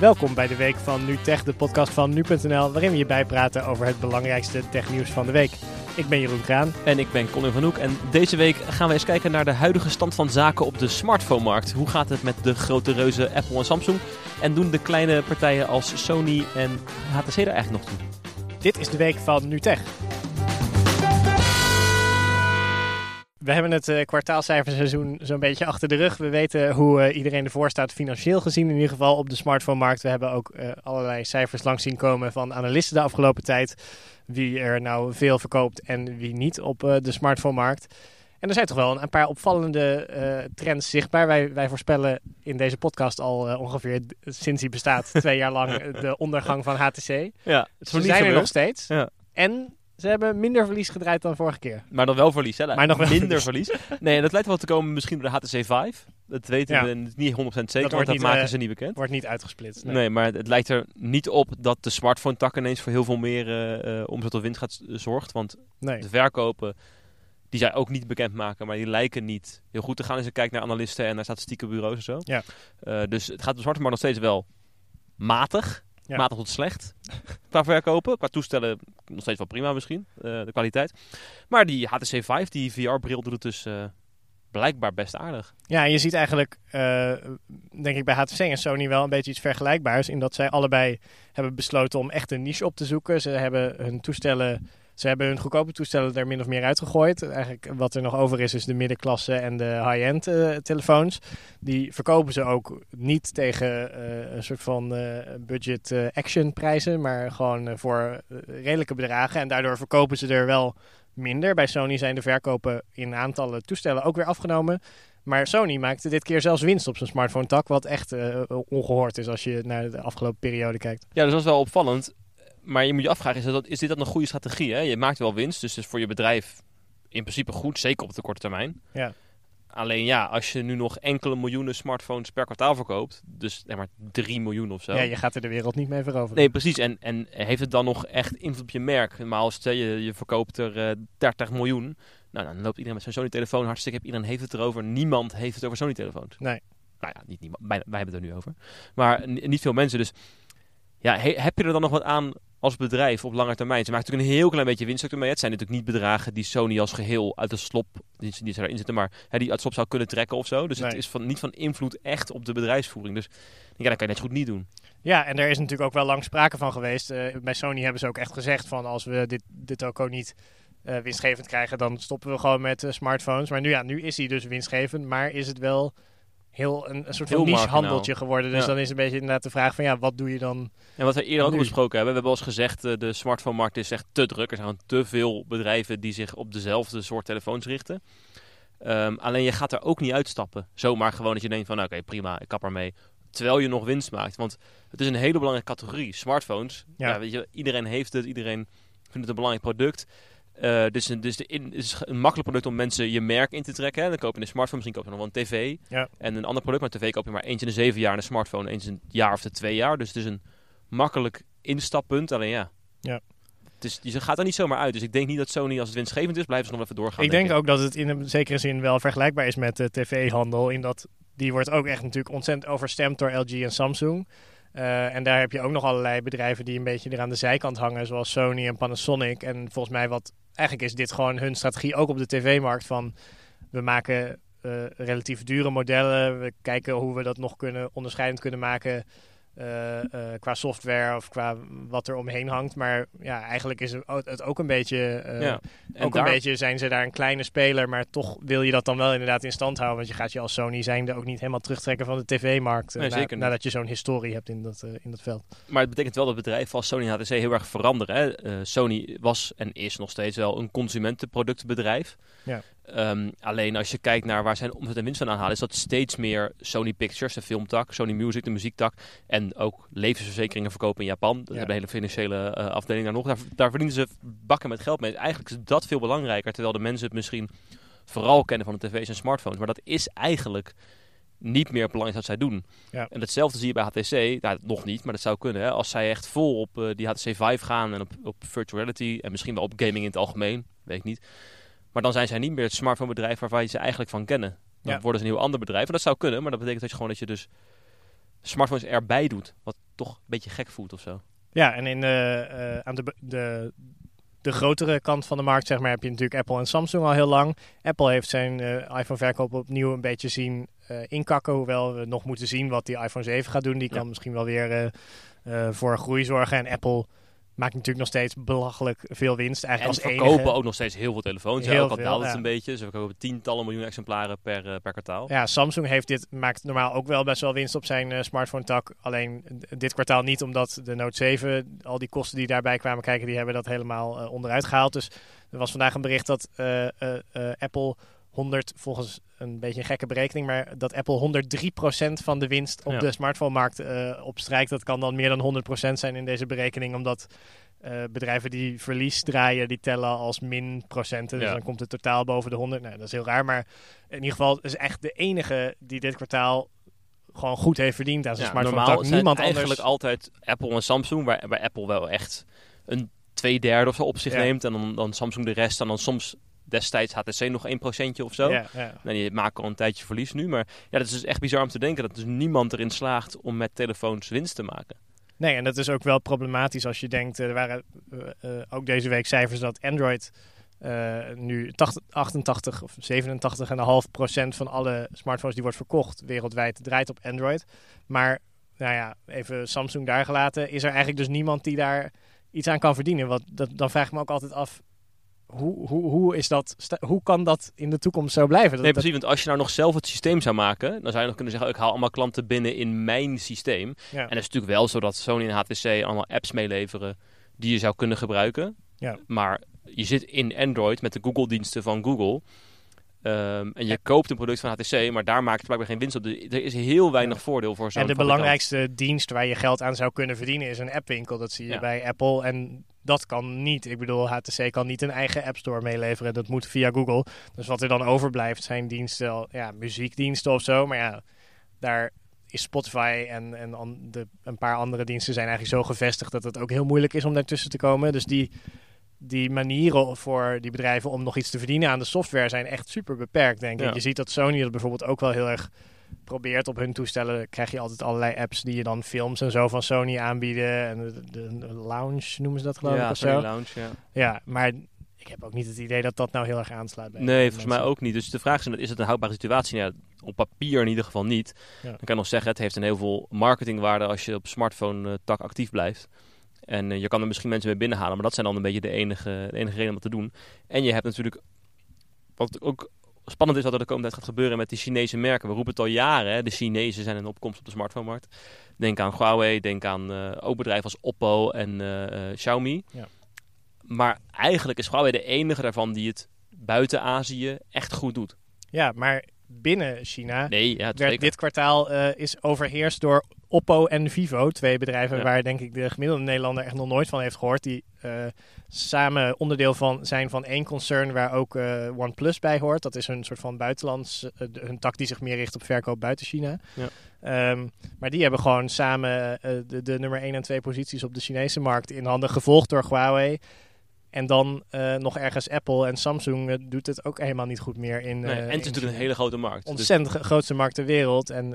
Welkom bij de Week van NuTech, de podcast van nu.nl, waarin we je bijpraten over het belangrijkste technieuws van de week. Ik ben Jeroen Kraan. En ik ben Colin van Hoek. En deze week gaan we eens kijken naar de huidige stand van zaken op de smartphone-markt. Hoe gaat het met de grote reuzen Apple en Samsung? En doen de kleine partijen als Sony en HTC er eigenlijk nog toe? Dit is de Week van NuTech. We hebben het kwartaalcijferseizoen zo'n beetje achter de rug. We weten hoe iedereen ervoor staat, financieel gezien in ieder geval op de smartphone-markt. We hebben ook allerlei cijfers langs zien komen van analisten de afgelopen tijd. Wie er nou veel verkoopt en wie niet op de smartphone-markt. En er zijn toch wel een paar opvallende trends zichtbaar. Wij voorspellen in deze podcast al ongeveer sinds hij bestaat 2 jaar lang de ondergang van HTC. Ja, Ze zijn er nog steeds. Ja. En ze hebben minder verlies gedraaid dan vorige keer. Maar nog wel verlies, hè? Maar nog wel minder verlies. Nee, en dat lijkt wel te komen misschien door de HTC Vive. Dat weten we niet 100% zeker, want dat maken ze niet bekend. Wordt niet uitgesplitst. Nee, maar het lijkt er niet op dat de smartphone-tak ineens voor heel veel meer omzet tot winst zorgt. Want de verkopen, die zij ook niet bekendmaken, maar die lijken niet heel goed te gaan als je kijkt naar analisten en naar statistieke bureaus en zo. Ja. Dus het gaat op de smartphone nog steeds wel matig. Ja. Matig tot slecht qua verkopen. Qua toestellen nog steeds wel prima misschien, de kwaliteit. Maar die HTC Vive, die VR-bril, doet het dus blijkbaar best aardig. Ja, en je ziet eigenlijk, denk ik bij HTC en Sony wel een beetje iets vergelijkbaars. In dat zij allebei hebben besloten om echt een niche op te zoeken. Ze hebben hun goedkope toestellen er min of meer uitgegooid. Eigenlijk wat er nog over is de middenklasse en de high-end telefoons. Die verkopen ze ook niet tegen een soort van budget action prijzen, maar gewoon voor redelijke bedragen. En daardoor verkopen ze er wel minder. Bij Sony zijn de verkopen in aantallen toestellen ook weer afgenomen. Maar Sony maakte dit keer zelfs winst op zijn smartphone-tak, wat echt ongehoord is als je naar de afgelopen periode kijkt. Ja, dus dat is wel opvallend. Maar je moet je afvragen, is dit dan een goede strategie? Hè? Je maakt wel winst, dus het is voor je bedrijf in principe goed, zeker op de korte termijn. Ja. Alleen ja, als je nu nog enkele miljoenen smartphones per kwartaal verkoopt, dus zeg maar 3 miljoen of zo. Ja, je gaat er de wereld niet mee veroveren. Nee, precies. En heeft het dan nog echt invloed op je merk? Maar als je verkoopt er 30 miljoen, nou, dan loopt iedereen met zijn Sony-telefoon hartstikke. Iedereen heeft het erover. Niemand heeft het over Sony-telefoons. Nee. Nou ja, niet niemand. Wij hebben het er nu over. Maar niet veel mensen. Dus ja, heb je er dan nog wat aan als bedrijf op lange termijn? Ze maken natuurlijk een heel klein beetje winst ermee. Het zijn natuurlijk niet bedragen die Sony als geheel uit de slop, die ze erin zitten, maar die uit de slop zou kunnen trekken of zo. Dus het is niet van invloed echt op de bedrijfsvoering. Dus ja, dat kan je net zo goed niet doen. Ja, en er is natuurlijk ook wel lang sprake van geweest. Bij Sony hebben ze ook echt gezegd van als we dit ook niet winstgevend krijgen, dan stoppen we gewoon met smartphones. Maar nu is hij dus winstgevend, maar is het wel een soort van niche handeltje geworden. Dus dan is een beetje inderdaad de vraag van wat doe je dan? En wat we eerder ook besproken hebben, we hebben al eens gezegd, de smartphone-markt is echt te druk. Er zijn te veel bedrijven die zich op dezelfde soort telefoons richten. Alleen je gaat er ook niet uitstappen. Zomaar gewoon dat je denkt van oké, prima, ik kap ermee. Terwijl je nog winst maakt. Want het is een hele belangrijke categorie. Smartphones, weet je, iedereen heeft het, iedereen vindt het een belangrijk product. Dus het is een makkelijk product om mensen je merk in te trekken. Hè. Dan koop je een smartphone, misschien koop je nog wel een tv. Ja. En een ander product, maar tv koop je maar eens in de 7 jaar. En een smartphone eens in een jaar of de 2 jaar. Dus het is een makkelijk instappunt. Alleen ja. Je gaat er niet zomaar uit. Dus ik denk niet dat Sony, als het winstgevend is, blijven ze nog even doorgaan. Ik denk ook dat het in een zekere zin wel vergelijkbaar is met de tv-handel. In dat die wordt ook echt natuurlijk ontzettend overstemd door LG en Samsung. En daar heb je ook nog allerlei bedrijven die een beetje er aan de zijkant hangen, zoals Sony en Panasonic. En volgens mij eigenlijk is dit gewoon hun strategie ook op de tv-markt van we maken relatief dure modellen. We kijken hoe we dat nog onderscheidend kunnen maken qua software of qua wat er omheen hangt. Maar ja, eigenlijk is het ook een beetje een beetje zijn ze daar een kleine speler, maar toch wil je dat dan wel inderdaad in stand houden, want je gaat je als Sony zijnde ook niet helemaal terugtrekken van de tv-markt nadat je zo'n historie hebt in dat veld. Maar het betekent wel dat bedrijven als Sony en HTC heel erg veranderen. Hè? Sony was en is nog steeds wel een consumentenproductbedrijf. Ja. Alleen als je kijkt naar waar zijn omzet en winst van aanhalen, is dat steeds meer Sony Pictures, de filmtak, Sony Music, de muziektak, en ook levensverzekeringen verkopen in Japan. Dat hebben een hele financiële afdeling daar nog. Daar verdienen ze bakken met geld mee. Eigenlijk is dat veel belangrijker, terwijl de mensen het misschien vooral kennen van de tv's en smartphones. Maar dat is eigenlijk niet meer belangrijk wat zij doen. Ja. En hetzelfde zie je bij HTC. Nou, nog niet, maar dat zou kunnen. Hè? Als zij echt vol op die HTC Vive gaan en op virtual reality en misschien wel op gaming in het algemeen, weet ik niet. Maar dan zijn zij niet meer het smartphone-bedrijf waarvan je ze eigenlijk van kennen. Dan worden ze een heel ander bedrijf. En dat zou kunnen, maar dat betekent dat je dus smartphones erbij doet. Wat toch een beetje gek voelt of zo. Ja, en aan de grotere kant van de markt, zeg maar, heb je natuurlijk Apple en Samsung al heel lang. Apple heeft zijn iPhone-verkoop opnieuw een beetje zien inkakken. Hoewel we nog moeten zien wat die iPhone 7 gaat doen. Die kan misschien wel weer voor groei zorgen. En Apple maakt natuurlijk nog steeds belachelijk veel winst. Eigenlijk En als verkopen enige. ook nog steeds heel veel telefoons. Heel Ook al veel, daalt het ja. een beetje. Ze verkopen tientallen miljoen exemplaren per kwartaal. Ja, Samsung maakt normaal ook wel best wel winst op zijn smartphone-tak. Alleen dit kwartaal niet, omdat de Note 7, al die kosten die daarbij kwamen kijken, die hebben dat helemaal onderuit gehaald. Dus er was vandaag een bericht dat Apple volgens een beetje een gekke berekening, maar dat Apple 103% van de winst op de smartphone-markt opstrijkt. Dat kan dan meer dan 100% zijn in deze berekening, omdat bedrijven die verlies draaien, die tellen als min procenten. Dus dan komt het totaal boven de 100. Nou, dat is heel raar, maar in ieder geval is echt de enige die dit kwartaal gewoon goed heeft verdiend aan zijn smartphone. Normaal zijn niemand eigenlijk anders altijd Apple en Samsung, waar Apple wel echt een 2/3 of zo op zich neemt en dan Samsung de rest en dan soms destijds HTC nog 1% of zo. Ja. Nou, die maken al een tijdje verlies nu, maar ja, dat is dus echt bizar om te denken dat dus niemand erin slaagt om met telefoons winst te maken. Nee, en dat is ook wel problematisch als je denkt, er waren ook deze week cijfers dat Android nu 88 of 87,5% van alle smartphones die wordt verkocht wereldwijd draait op Android. Maar, nou ja, even Samsung daar gelaten, is er eigenlijk dus niemand die daar iets aan kan verdienen. Dan vraag ik me ook altijd af, hoe kan dat in de toekomst zo blijven? Nee, precies. Want als je nou nog zelf het systeem zou maken, dan zou je nog kunnen zeggen, ik haal allemaal klanten binnen in mijn systeem. Ja. En het is natuurlijk wel zo dat Sony en HTC allemaal apps meeleveren die je zou kunnen gebruiken. Ja. Maar je zit in Android met de Google-diensten van Google. En je koopt een product van HTC, maar daar maakt het blijkbaar geen winst op. Dus er is heel weinig voordeel voor zo'n En de belangrijkste dienst waar je geld aan zou kunnen verdienen is een appwinkel. Dat zie je bij Apple en dat kan niet. Ik bedoel, HTC kan niet een eigen App Store meeleveren. Dat moet via Google. Dus wat er dan overblijft zijn diensten, muziekdiensten of zo. Maar ja, daar is Spotify en een paar andere diensten zijn eigenlijk zo gevestigd dat het ook heel moeilijk is om daartussen te komen. Dus die manieren voor die bedrijven om nog iets te verdienen aan de software zijn echt super beperkt, denk ik. Je ziet dat Sony dat bijvoorbeeld ook wel heel erg probeert. Op hun toestellen krijg je altijd allerlei apps die je dan films en zo van Sony aanbieden. En de Lounge noemen ze dat, geloof ik, of zo. Lounge, ja, maar ik heb ook niet het idee dat dat nou heel erg aanslaat bij nee, volgens mij ook niet. Dus de vraag is het een houdbare situatie? Ja, op papier in ieder geval niet. Ja. Dan kan je nog zeggen, het heeft een heel veel marketingwaarde als je op smartphone tak actief blijft. En je kan er misschien mensen mee binnenhalen, maar dat zijn dan een beetje de enige reden om dat te doen. En je hebt natuurlijk, wat ook spannend is wat er de komende tijd gaat gebeuren met die Chinese merken. We roepen het al jaren, hè? De Chinezen zijn een opkomst op de smartphone-markt. Denk aan Huawei, denk aan ook bedrijven als Oppo en Xiaomi. Ja. Maar eigenlijk is Huawei de enige daarvan die het buiten Azië echt goed doet. Ja, maar binnen China werd dit kwartaal is overheerst door Oppo en Vivo. 2 bedrijven waar denk ik de gemiddelde Nederlander echt nog nooit van heeft gehoord. Die samen onderdeel zijn van één concern waar ook OnePlus bij hoort. Dat is een soort van buitenlands, hun tak die zich meer richt op verkoop buiten China. Ja. Maar die hebben gewoon samen de nummer 1 en 2 posities op de Chinese markt in handen, gevolgd door Huawei. En dan nog ergens Apple en Samsung doet het ook helemaal niet goed meer. En het is natuurlijk een hele grote markt. Ontzettend grootste markt ter wereld. En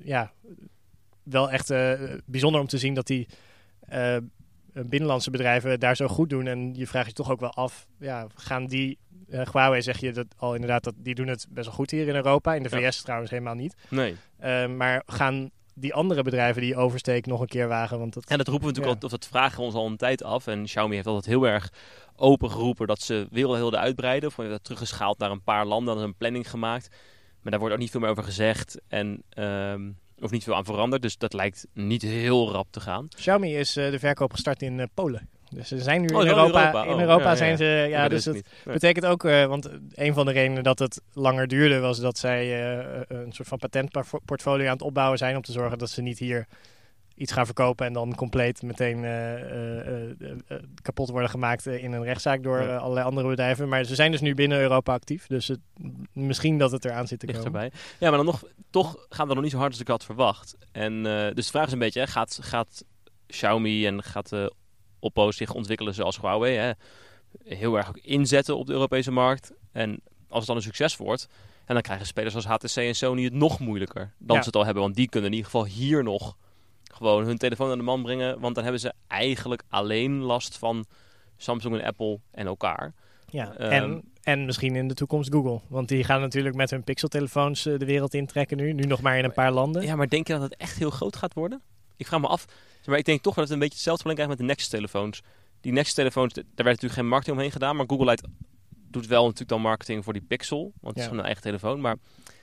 wel echt bijzonder om te zien dat die binnenlandse bedrijven daar zo goed doen. En je vraagt je toch ook wel af, gaan die... Huawei zeg je dat al inderdaad, die doen het best wel goed hier in Europa. In de VS trouwens helemaal niet. Nee. Maar gaan die andere bedrijven die oversteek nog een keer wagen? Want en dat roepen we natuurlijk al, of dat vragen we ons al een tijd af. En Xiaomi heeft altijd heel erg open geroepen dat ze wilden uitbreiden. Of we hebben dat teruggeschaald naar een paar landen. Dan is een planning gemaakt. Maar daar wordt ook niet veel meer over gezegd. En of niet veel aan veranderd. Dus dat lijkt niet heel rap te gaan. Xiaomi is de verkoop gestart in Polen. Dus ze zijn nu in Europa. In Europa zijn ze... Ja, dus dat betekent ook... want een van de redenen dat het langer duurde was dat zij een soort van patentportfolio aan het opbouwen zijn om te zorgen dat ze niet hier iets gaan verkopen en dan compleet meteen kapot worden gemaakt in een rechtszaak door allerlei andere bedrijven. Maar ze zijn dus nu binnen Europa actief. Dus misschien dat het eraan zit te komen. Dichterbij. Ja, maar dan toch gaan we nog niet zo hard als ik had verwacht. En dus de vraag is een beetje, gaat Xiaomi en gaat Oppo zich ontwikkelen zoals Huawei, hè? Heel erg ook inzetten op de Europese markt. En als het dan een succes wordt, en dan krijgen spelers als HTC en Sony het nog moeilijker dan ze het al hebben. Want die kunnen in ieder geval hier nog gewoon hun telefoon aan de man brengen. Want dan hebben ze eigenlijk alleen last van Samsung en Apple en elkaar. Ja, en misschien in de toekomst Google. Want die gaan natuurlijk met hun Pixel-telefoons de wereld intrekken nu. Nu nog maar in een paar landen. Ja, maar denk je dat het echt heel groot gaat worden? Ik vraag me af. Maar ik denk toch dat het een beetje hetzelfde probleem krijgt met de Nexus-telefoons. Die Nexus-telefoons, daar werd natuurlijk geen marketing omheen gedaan. Maar Google doet wel natuurlijk dan marketing voor die Pixel. Want het is gewoon een eigen telefoon. Maar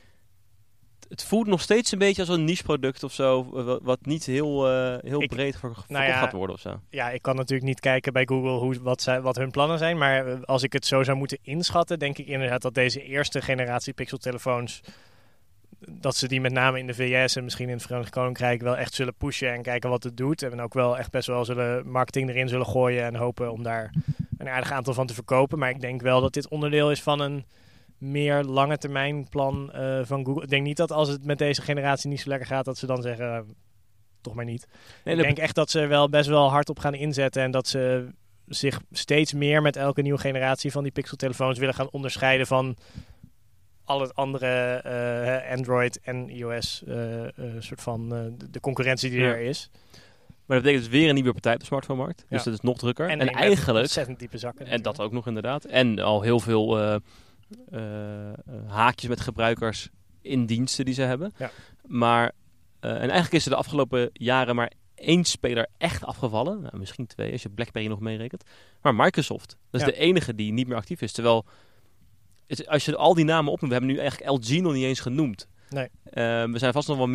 het voelt nog steeds een beetje als een niche-product of zo. Wat niet heel breed verkocht gaat worden of zo. Ja, ik kan natuurlijk niet kijken bij Google wat hun plannen zijn. Maar als ik het zo zou moeten inschatten, denk ik inderdaad dat deze eerste generatie Pixel-telefoons, dat ze die met name in de VS en misschien in het Verenigd Koninkrijk wel echt zullen pushen en kijken wat het doet. En ook wel echt best wel zullen marketing erin zullen gooien en hopen om daar een aardig aantal van te verkopen. Maar ik denk wel dat dit onderdeel is van een meer lange termijn plan van Google. Ik denk niet dat als het met deze generatie niet zo lekker gaat, dat ze dan zeggen, toch maar niet. Nee, ik denk echt dat ze wel best wel hard op gaan inzetten en dat ze zich steeds meer met elke nieuwe generatie van die Pixel-telefoons willen gaan onderscheiden van al het andere Android en iOS soort van de concurrentie die er is. Maar dat betekent dus weer een nieuwe partij op de smartphone-markt. Dus dat is nog drukker. En eigenlijk ontzettend diepe zakken. En dat ook nog inderdaad. En al heel veel haakjes met gebruikers in diensten die ze hebben. Ja. Maar en eigenlijk is er de afgelopen jaren maar 1 speler echt afgevallen. Nou, misschien 2 als je BlackBerry nog meerekent. Maar Microsoft. Dat is de enige die niet meer actief is. Terwijl als je al die namen opnoemt, we hebben nu eigenlijk LG nog niet eens genoemd. Nee. We zijn vast nog wel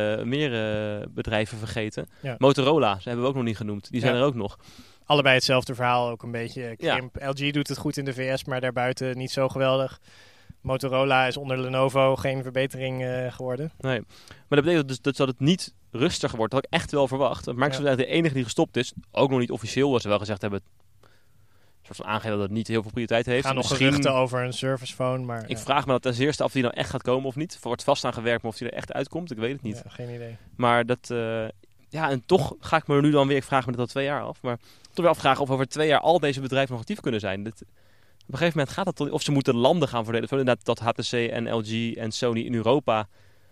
meer bedrijven vergeten. Ja. Motorola, ze hebben we ook nog niet genoemd. Die zijn er ook nog. Allebei hetzelfde verhaal, ook een beetje krimp. Ja. LG doet het goed in de VS, maar daarbuiten niet zo geweldig. Motorola is onder Lenovo geen verbetering geworden. Nee, maar dat betekent dus dat het niet rustiger wordt. Dat had ik echt wel verwacht. Microsoft is eigenlijk de enige die gestopt is. Ook nog niet officieel, wat ze wel gezegd hebben. Soort van aangeven dat het niet heel veel prioriteit heeft. Er gaan nog geruchten over een Surface Phone. Maar, ik vraag me dat ten eerste af die nou echt gaat komen of niet. Er wordt vast aan gewerkt, maar of die er echt uitkomt, ik weet het niet. Ja, geen idee. Maar dat, en toch ga ik me er nu dan weer, ik vraag me dat al 2 jaar af, maar toch wel afvragen of over 2 jaar al deze bedrijven nog actief kunnen zijn. Op een gegeven moment gaat dat toch, of ze moeten landen gaan verdelen. Inderdaad dat HTC en LG en Sony in Europa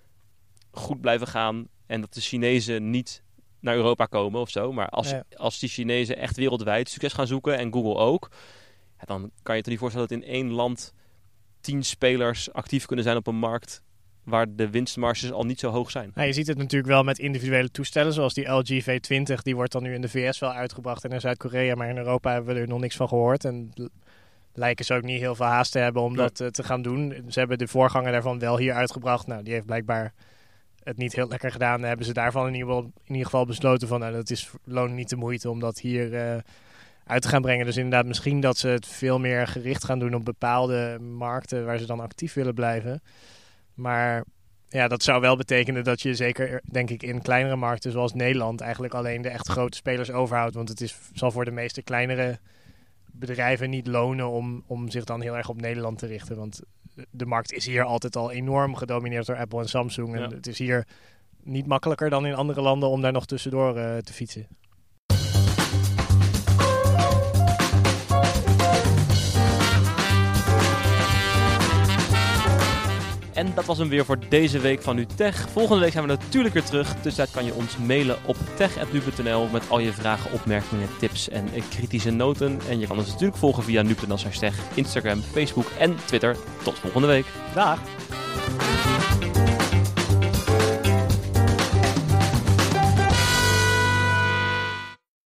goed blijven gaan en dat de Chinezen niet naar Europa komen of zo. Maar als die Chinezen echt wereldwijd succes gaan zoeken en Google ook, dan kan je toch niet voorstellen dat in 1 land 10 spelers actief kunnen zijn op een markt waar de winstmarges al niet zo hoog zijn. Nou, je ziet het natuurlijk wel met individuele toestellen, zoals die LG V20. Die wordt dan nu in de VS wel uitgebracht en in Zuid-Korea, maar in Europa hebben we er nog niks van gehoord. En lijken ze ook niet heel veel haast te hebben om dat te gaan doen. Ze hebben de voorganger daarvan wel hier uitgebracht. Nou, die heeft blijkbaar het niet heel lekker gedaan. Dan hebben ze daarvan in ieder geval besloten van, dat is loont niet de moeite om dat hier uit te gaan brengen. Dus inderdaad, misschien dat ze het veel meer gericht gaan doen op bepaalde markten waar ze dan actief willen blijven. Maar ja, dat zou wel betekenen dat je zeker, denk ik, in kleinere markten zoals Nederland eigenlijk alleen de echt grote spelers overhoudt. Want het zal voor de meeste kleinere bedrijven niet lonen om zich dan heel erg op Nederland te richten. Want de markt is hier altijd al enorm gedomineerd door Apple en Samsung. En het is hier niet makkelijker dan in andere landen om daar nog tussendoor te fietsen. En dat was hem weer voor deze week van NuTech. Volgende week zijn we natuurlijk weer terug. Dus daar kan je ons mailen op tech@nu.nl met al je vragen, opmerkingen, tips en kritische noten. En je kan ons natuurlijk volgen via nu.nl/tech, Instagram, Facebook en Twitter. Tot volgende week. Dag!